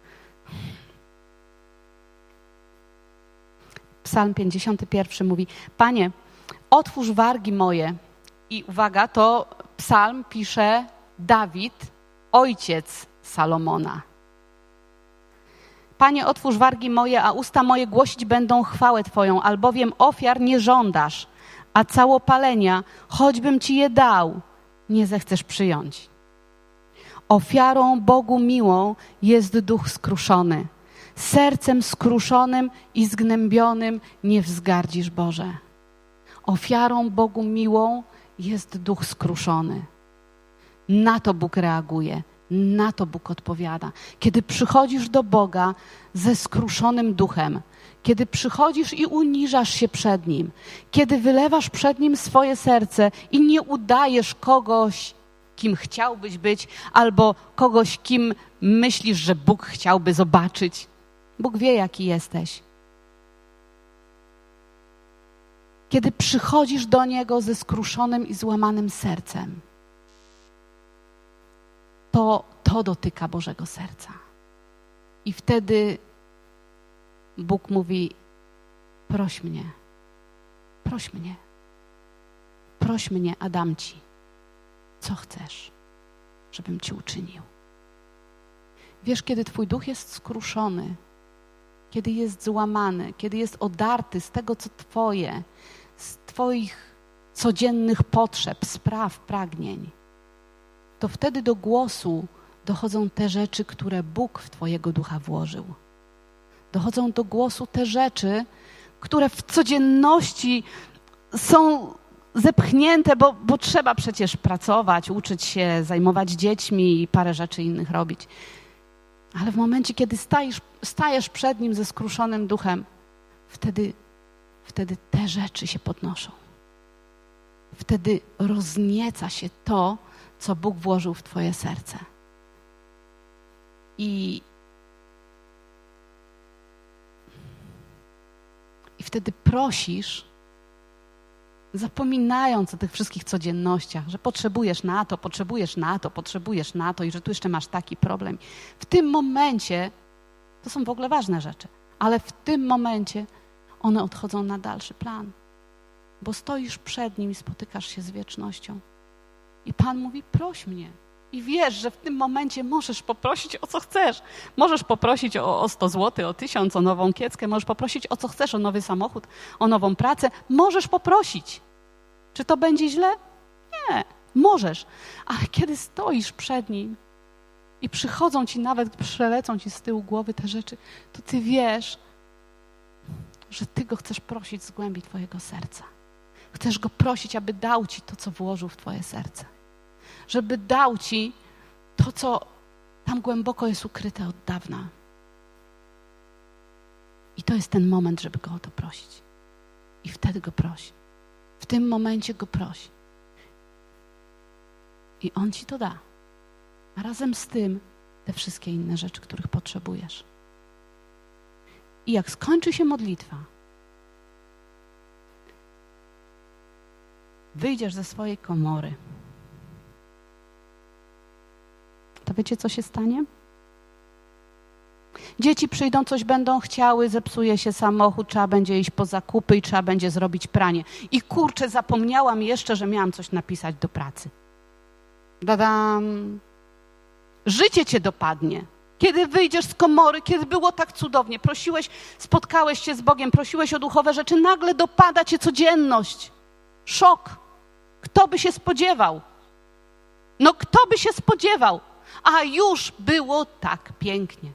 Psalm 51 mówi: Panie, otwórz wargi moje. I uwaga, to psalm pisze Dawid, ojciec Salomona. Panie, otwórz wargi moje, a usta moje głosić będą chwałę Twoją, albowiem ofiar nie żądasz, a całopalenia, choćbym Ci je dał, nie zechcesz przyjąć. Ofiarą Bogu miłą jest duch skruszony. Sercem skruszonym i zgnębionym nie wzgardzisz, Boże. Ofiarą Bogu miłą jest duch skruszony. Na to Bóg reaguje, na to Bóg odpowiada. Kiedy przychodzisz do Boga ze skruszonym duchem, kiedy przychodzisz i uniżasz się przed Nim, kiedy wylewasz przed Nim swoje serce i nie udajesz kogoś, kim chciałbyś być, albo kogoś, kim myślisz, że Bóg chciałby zobaczyć. Bóg wie, jaki jesteś. Kiedy przychodzisz do Niego ze skruszonym i złamanym sercem, to dotyka Bożego serca. I wtedy Bóg mówi: proś mnie, proś mnie, proś mnie, a dam Ci, co chcesz, żebym Ci uczynił. Wiesz, kiedy Twój duch jest skruszony, kiedy jest złamany, kiedy jest odarty z tego, co Twoje, z Twoich codziennych potrzeb, spraw, pragnień, to wtedy do głosu dochodzą te rzeczy, które Bóg w Twojego ducha włożył. Dochodzą do głosu te rzeczy, które w codzienności są zepchnięte, bo trzeba przecież pracować, uczyć się, zajmować dziećmi i parę rzeczy innych robić. Ale w momencie, kiedy stajesz przed Nim ze skruszonym duchem, wtedy te rzeczy się podnoszą. Wtedy roznieca się to, co Bóg włożył w Twoje serce. I wtedy prosisz, zapominając o tych wszystkich codziennościach, że potrzebujesz na to i że tu jeszcze masz taki problem. W tym momencie, to są w ogóle ważne rzeczy, ale w tym momencie one odchodzą na dalszy plan, bo stoisz przed Nim i spotykasz się z wiecznością. I Pan mówi: proś mnie. I wiesz, że w tym momencie możesz poprosić o co chcesz. Możesz poprosić o 100 zł, o 1000, o nową kieckę, możesz poprosić o co chcesz, o nowy samochód, o nową pracę. Możesz poprosić. Czy to będzie źle? Nie, możesz. Ale kiedy stoisz przed Nim i przychodzą Ci nawet, przelecą Ci z tyłu głowy te rzeczy, to Ty wiesz, że Ty Go chcesz prosić z głębi Twojego serca. Chcesz Go prosić, aby dał Ci to, co włożył w Twoje serce. Żeby dał Ci to, co tam głęboko jest ukryte od dawna. I to jest ten moment, żeby Go o to prosić. I wtedy Go prosi. W tym momencie Go prosi. I On Ci to da. A razem z tym te wszystkie inne rzeczy, których potrzebujesz. I jak skończy się modlitwa, wyjdziesz ze swojej komory, to wiecie, co się stanie? Dzieci przyjdą, coś będą chciały, zepsuje się samochód, trzeba będzie iść po zakupy i trzeba będzie zrobić pranie. I kurczę, zapomniałam jeszcze, że miałam coś napisać do pracy. Dadam! Życie cię dopadnie. Kiedy wyjdziesz z komory, kiedy było tak cudownie, prosiłeś, spotkałeś się z Bogiem, prosiłeś o duchowe rzeczy, nagle dopada cię codzienność. Szok. Kto by się spodziewał? No kto by się spodziewał? A już było tak pięknie.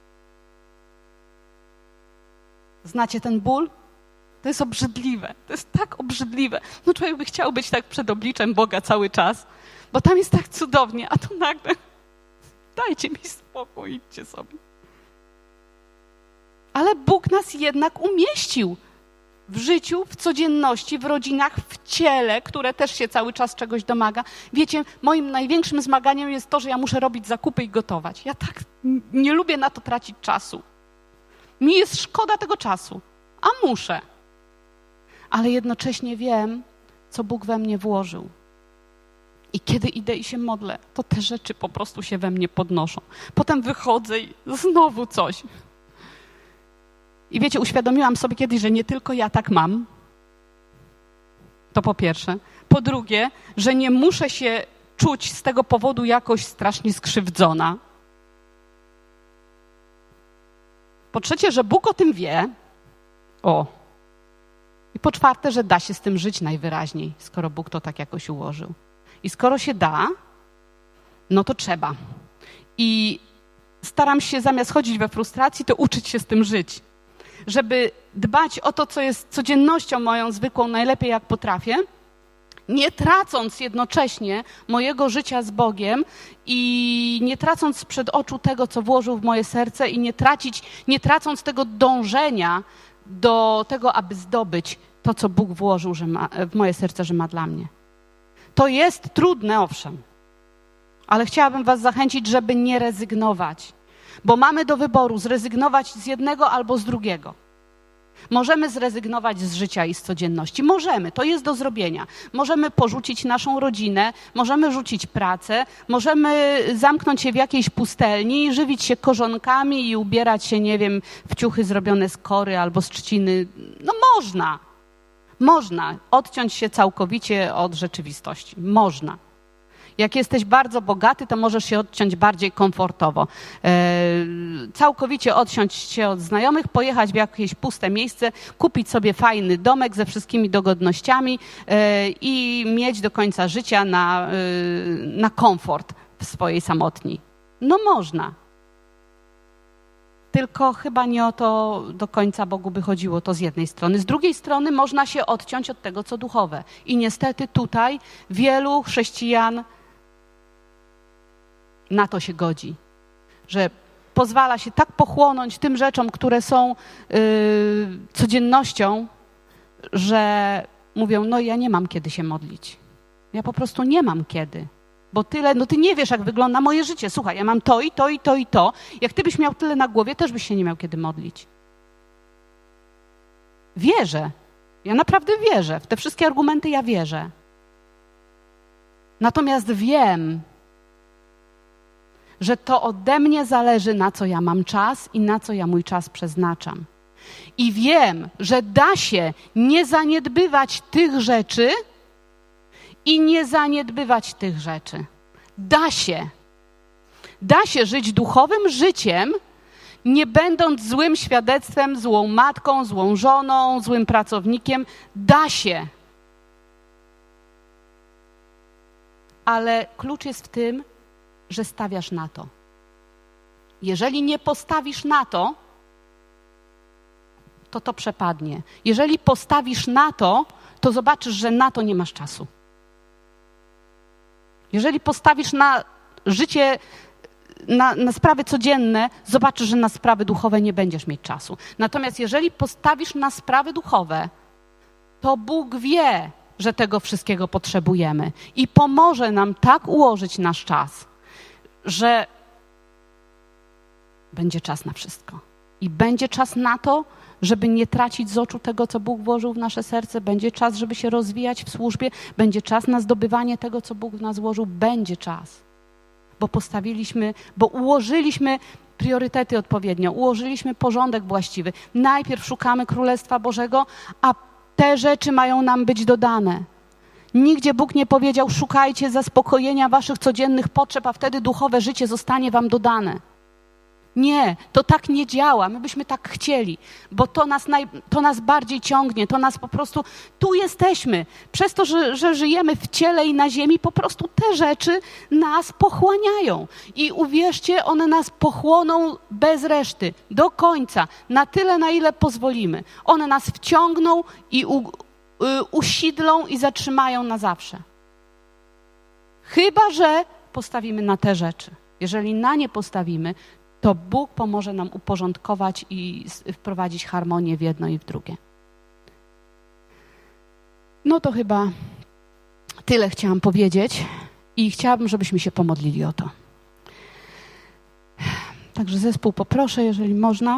Znacie ten ból? To jest obrzydliwe. To jest tak obrzydliwe. No człowiek by chciał być tak przed obliczem Boga cały czas, bo tam jest tak cudownie, a tu nagle dajcie mi spokój, idźcie sobie. Ale Bóg nas jednak umieścił w życiu, w codzienności, w rodzinach, w ciele, które też się cały czas czegoś domaga. Wiecie, moim największym zmaganiem jest to, że ja muszę robić zakupy i gotować. Ja tak nie lubię na to tracić czasu. Mi jest szkoda tego czasu, a muszę. Ale jednocześnie wiem, co Bóg we mnie włożył. I kiedy idę i się modlę, to te rzeczy po prostu się we mnie podnoszą. Potem wychodzę i znowu coś. I wiecie, uświadomiłam sobie kiedyś, że nie tylko ja tak mam. To po pierwsze. Po drugie, że nie muszę się czuć z tego powodu jakoś strasznie skrzywdzona. Po trzecie, że Bóg o tym wie. I po czwarte, że da się z tym żyć najwyraźniej, skoro Bóg to tak jakoś ułożył. I skoro się da, no to trzeba. I staram się zamiast chodzić we frustracji, to uczyć się z tym żyć. Żeby dbać o to, co jest codziennością moją zwykłą, najlepiej jak potrafię, nie tracąc jednocześnie mojego życia z Bogiem i nie tracąc sprzed oczu tego, co włożył w moje serce i nie tracąc tego dążenia do tego, aby zdobyć to, co Bóg włożył w moje serce, że ma dla mnie. To jest trudne, owszem, ale chciałabym was zachęcić, żeby nie rezygnować, bo mamy do wyboru zrezygnować z jednego albo z drugiego. Możemy zrezygnować z życia i z codzienności. Możemy, to jest do zrobienia. Możemy porzucić naszą rodzinę, możemy rzucić pracę, możemy zamknąć się w jakiejś pustelni i żywić się korzonkami i ubierać się, nie wiem, w ciuchy zrobione z kory albo z trzciny. No można. Można odciąć się całkowicie od rzeczywistości. Można. Jak jesteś bardzo bogaty, to możesz się odciąć bardziej komfortowo. Całkowicie odciąć się od znajomych, pojechać w jakieś puste miejsce, kupić sobie fajny domek ze wszystkimi dogodnościami i mieć do końca życia na komfort w swojej samotni. No można. Tylko chyba nie o to do końca Bogu by chodziło, to z jednej strony. Z drugiej strony można się odciąć od tego, co duchowe. I niestety tutaj wielu chrześcijan na to się godzi, że pozwala się tak pochłonąć tym rzeczom, które są codziennością, że mówią, no ja nie mam kiedy się modlić. Ja po prostu nie mam kiedy. Bo tyle, no ty nie wiesz, jak wygląda moje życie. Słuchaj, ja mam to i to i to i to. Jak ty byś miał tyle na głowie, też byś się nie miał kiedy modlić. Wierzę. Ja naprawdę wierzę. W te wszystkie argumenty ja wierzę. Natomiast wiem, że to ode mnie zależy, na co ja mam czas i na co ja mój czas przeznaczam. I wiem, że da się nie zaniedbywać tych rzeczy i nie zaniedbywać tych rzeczy. Da się. Da się żyć duchowym życiem, nie będąc złym świadectwem, złą matką, złą żoną, złym pracownikiem. Da się. Ale klucz jest w tym, że stawiasz na to. Jeżeli nie postawisz na to, to przepadnie. Jeżeli postawisz na to zobaczysz, że na to nie masz czasu. Jeżeli postawisz na życie, na sprawy codzienne, zobaczysz, że na sprawy duchowe nie będziesz mieć czasu. Natomiast jeżeli postawisz na sprawy duchowe, to Bóg wie, że tego wszystkiego potrzebujemy i pomoże nam tak ułożyć nasz czas, że będzie czas na wszystko. I będzie czas na to, żeby nie tracić z oczu tego, co Bóg włożył w nasze serce. Będzie czas, żeby się rozwijać w służbie. Będzie czas na zdobywanie tego, co Bóg w nas włożył. Będzie czas. Bo ułożyliśmy priorytety odpowiednio, ułożyliśmy porządek właściwy. Najpierw szukamy Królestwa Bożego, a te rzeczy mają nam być dodane. Nigdzie Bóg nie powiedział: szukajcie zaspokojenia waszych codziennych potrzeb, a wtedy duchowe życie zostanie wam dodane. Nie, to tak nie działa. My byśmy tak chcieli, bo to nas bardziej ciągnie, to nas po prostu, tu jesteśmy. Przez to, że żyjemy w ciele i na ziemi, po prostu te rzeczy nas pochłaniają. I uwierzcie, one nas pochłoną bez reszty, do końca, na tyle, na ile pozwolimy. One nas wciągną i usidlą i zatrzymają na zawsze. Chyba że postawimy na te rzeczy. Jeżeli na nie postawimy, to Bóg pomoże nam uporządkować i wprowadzić harmonię w jedno i w drugie. No to chyba tyle chciałam powiedzieć i chciałabym, żebyśmy się pomodlili o to. Także zespół poproszę, jeżeli można.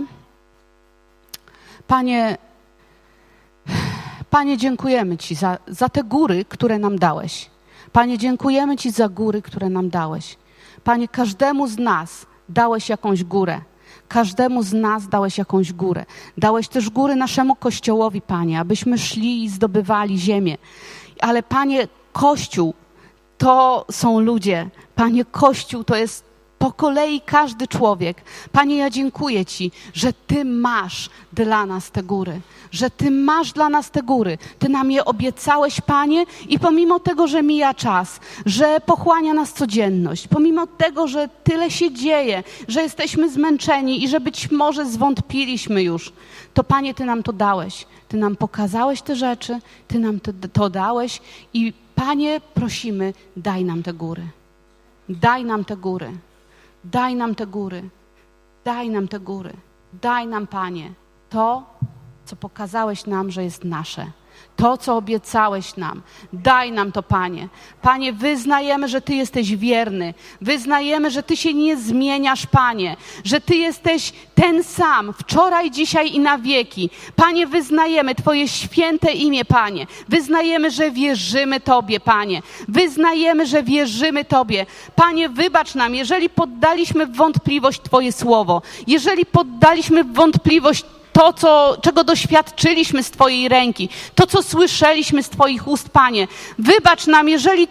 Panie, dziękujemy Ci za te góry, które nam dałeś. Panie, dziękujemy Ci za góry, które nam dałeś. Panie, każdemu z nas dałeś jakąś górę. Każdemu z nas dałeś jakąś górę. Dałeś też góry naszemu Kościołowi, Panie, abyśmy szli i zdobywali ziemię. Ale Panie, Kościół to są ludzie. Panie, Kościół to jest po kolei każdy człowiek. Panie, ja dziękuję Ci, że Ty masz dla nas te góry. Że Ty masz dla nas te góry. Ty nam je obiecałeś, Panie, i pomimo tego, że mija czas, że pochłania nas codzienność, pomimo tego, że tyle się dzieje, że jesteśmy zmęczeni i że być może zwątpiliśmy już, to Panie, Ty nam to dałeś. Ty nam pokazałeś te rzeczy, Ty nam to dałeś i Panie, prosimy, daj nam te góry. Daj nam te góry. Daj nam te góry. Daj nam te góry. Daj nam, Panie, to, co pokazałeś nam, że jest nasze. To, co obiecałeś nam. Daj nam to, Panie. Panie, wyznajemy, że Ty jesteś wierny. Wyznajemy, że Ty się nie zmieniasz, Panie. Że Ty jesteś ten sam, wczoraj, dzisiaj i na wieki. Panie, wyznajemy Twoje święte imię, Panie. Wyznajemy, że wierzymy Tobie, Panie. Wyznajemy, że wierzymy Tobie. Panie, wybacz nam, jeżeli poddaliśmy w wątpliwość Twoje słowo. Jeżeli poddaliśmy w wątpliwość to, czego doświadczyliśmy z Twojej ręki, to, co słyszeliśmy z Twoich ust, Panie. Wybacz nam, jeżeli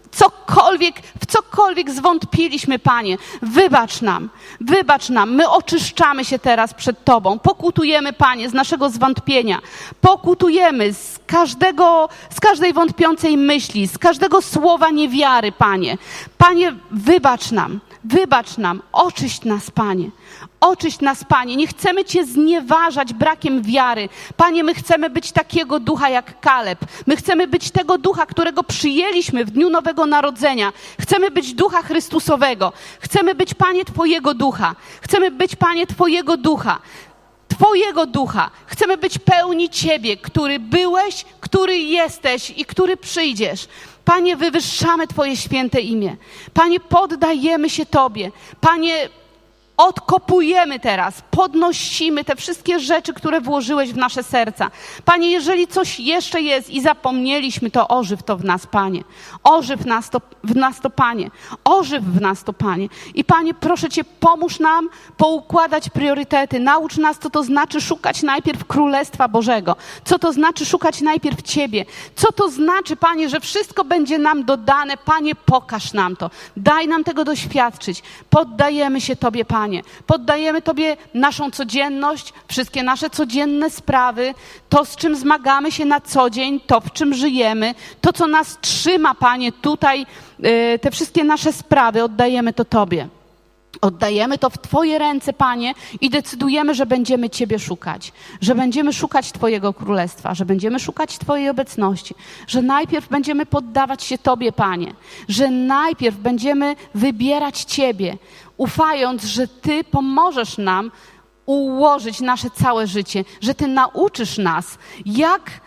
w cokolwiek zwątpiliśmy, Panie. Wybacz nam. My oczyszczamy się teraz przed Tobą. Pokutujemy, Panie, z naszego zwątpienia. Pokutujemy z każdej wątpiącej myśli, z każdego słowa niewiary, Panie. Panie, wybacz nam. Oczyść nas, Panie. Oczyść nas, Panie. Nie chcemy Cię znieważać brakiem wiary. Panie, my chcemy być takiego ducha jak Kaleb. My chcemy być tego ducha, którego przyjęliśmy w dniu Nowego Narodzenia. Chcemy być ducha Chrystusowego. Chcemy być, Panie, Twojego ducha. Chcemy być, Panie, Twojego ducha. Twojego ducha. Chcemy być pełni Ciebie, który byłeś, który jesteś i który przyjdziesz. Panie, wywyższamy Twoje święte imię. Panie, poddajemy się Tobie. Panie, odkopujemy teraz, podnosimy te wszystkie rzeczy, które włożyłeś w nasze serca. Panie, jeżeli coś jeszcze jest i zapomnieliśmy, to ożyw to w nas, Panie. Ożyw w nas to, Panie. Ożyw w nas to, Panie. I Panie, proszę Cię, pomóż nam poukładać priorytety. Naucz nas, co to znaczy szukać najpierw Królestwa Bożego. Co to znaczy szukać najpierw Ciebie. Co to znaczy, Panie, że wszystko będzie nam dodane. Panie, pokaż nam to. Daj nam tego doświadczyć. Poddajemy się Tobie, Panie. Poddajemy Tobie naszą codzienność, wszystkie nasze codzienne sprawy, to, z czym zmagamy się na co dzień, to, w czym żyjemy, to, co nas trzyma, Panie, tutaj, te wszystkie nasze sprawy, oddajemy to Tobie. Oddajemy to w Twoje ręce, Panie, i decydujemy, że będziemy Ciebie szukać, że będziemy szukać Twojego Królestwa, że będziemy szukać Twojej obecności, że najpierw będziemy poddawać się Tobie, Panie, że najpierw będziemy wybierać Ciebie, ufając, że Ty pomożesz nam ułożyć nasze całe życie, że Ty nauczysz nas, jak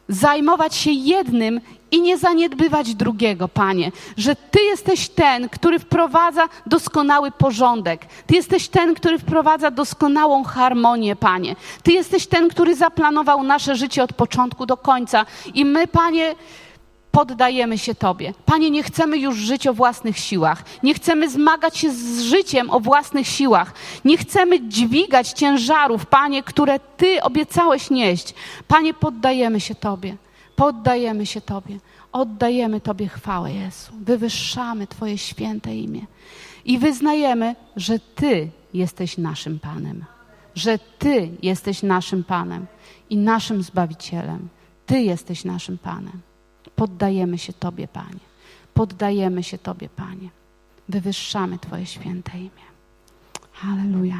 zajmować się jednym i nie zaniedbywać drugiego, Panie. Że Ty jesteś ten, który wprowadza doskonały porządek. Ty jesteś ten, który wprowadza doskonałą harmonię, Panie. Ty jesteś ten, który zaplanował nasze życie od początku do końca. I my, Panie, poddajemy się Tobie. Panie, nie chcemy już żyć o własnych siłach. Nie chcemy zmagać się z życiem o własnych siłach. Nie chcemy dźwigać ciężarów, Panie, które Ty obiecałeś nieść. Panie, poddajemy się Tobie. Poddajemy się Tobie. Oddajemy Tobie chwałę, Jezu. Wywyższamy Twoje święte imię. I wyznajemy, że Ty jesteś naszym Panem. Że Ty jesteś naszym Panem i naszym Zbawicielem. Ty jesteś naszym Panem. Poddajemy się Tobie, Panie. Poddajemy się Tobie, Panie. Wywyższamy Twoje święte imię. Halleluja.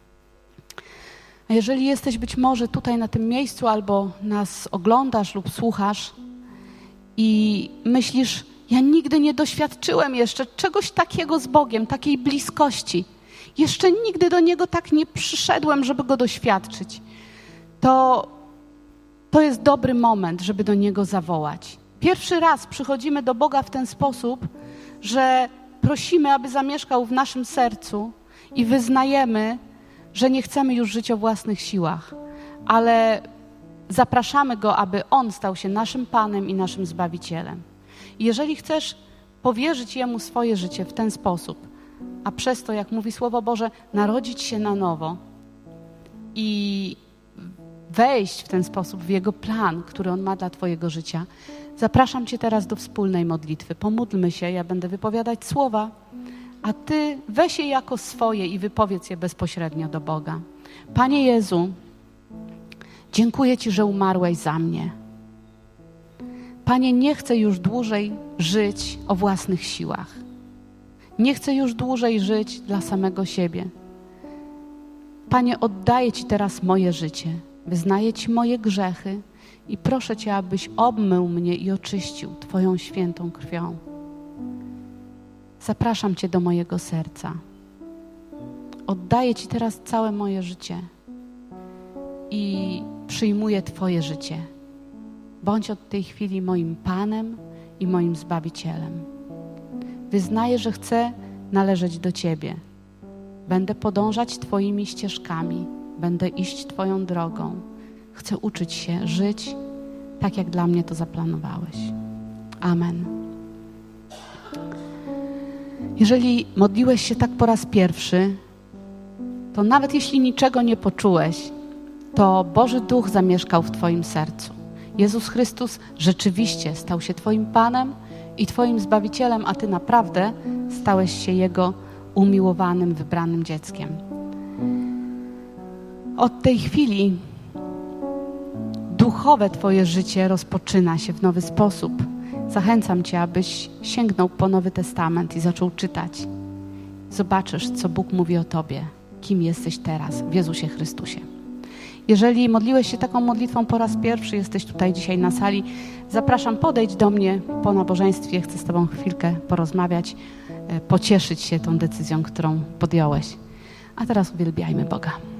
A jeżeli jesteś być może tutaj na tym miejscu albo nas oglądasz lub słuchasz i myślisz, ja nigdy nie doświadczyłem jeszcze czegoś takiego z Bogiem, takiej bliskości. Jeszcze nigdy do Niego tak nie przyszedłem, żeby Go doświadczyć. To jest dobry moment, żeby do Niego zawołać. Pierwszy raz przychodzimy do Boga w ten sposób, że prosimy, aby zamieszkał w naszym sercu i wyznajemy, że nie chcemy już żyć o własnych siłach, ale zapraszamy Go, aby On stał się naszym Panem i naszym Zbawicielem. I jeżeli chcesz powierzyć Jemu swoje życie w ten sposób, a przez to, jak mówi Słowo Boże, narodzić się na nowo i wejść w ten sposób w Jego plan, który On ma dla Twojego życia, zapraszam Cię teraz do wspólnej modlitwy. Pomódlmy się, ja będę wypowiadać słowa, a Ty weź je jako swoje i wypowiedz je bezpośrednio do Boga. Panie Jezu, dziękuję Ci, że umarłeś za mnie. Panie, nie chcę już dłużej żyć o własnych siłach. Nie chcę już dłużej żyć dla samego siebie. Panie, oddaję Ci teraz moje życie. Wyznaję Ci moje grzechy i proszę Cię, abyś obmył mnie i oczyścił Twoją świętą krwią. Zapraszam Cię do mojego serca. Oddaję Ci teraz całe moje życie i przyjmuję Twoje życie. Bądź od tej chwili moim Panem i moim Zbawicielem. Wyznaję, że chcę należeć do Ciebie. Będę podążać Twoimi ścieżkami. Będę iść Twoją drogą. Chcę uczyć się żyć tak, jak dla mnie to zaplanowałeś. Amen. Jeżeli modliłeś się tak po raz pierwszy, to nawet jeśli niczego nie poczułeś, to Boży Duch zamieszkał w Twoim sercu. Jezus Chrystus rzeczywiście stał się Twoim Panem i Twoim Zbawicielem, a Ty naprawdę stałeś się Jego umiłowanym, wybranym dzieckiem. Od tej chwili duchowe Twoje życie rozpoczyna się w nowy sposób. Zachęcam Cię, abyś sięgnął po Nowy Testament i zaczął czytać. Zobaczysz, co Bóg mówi o Tobie, kim jesteś teraz w Jezusie Chrystusie. Jeżeli modliłeś się taką modlitwą po raz pierwszy, jesteś tutaj dzisiaj na sali, zapraszam, podejdź do mnie po nabożeństwie. Chcę z Tobą chwilkę porozmawiać, pocieszyć się tą decyzją, którą podjąłeś. A teraz uwielbiajmy Boga.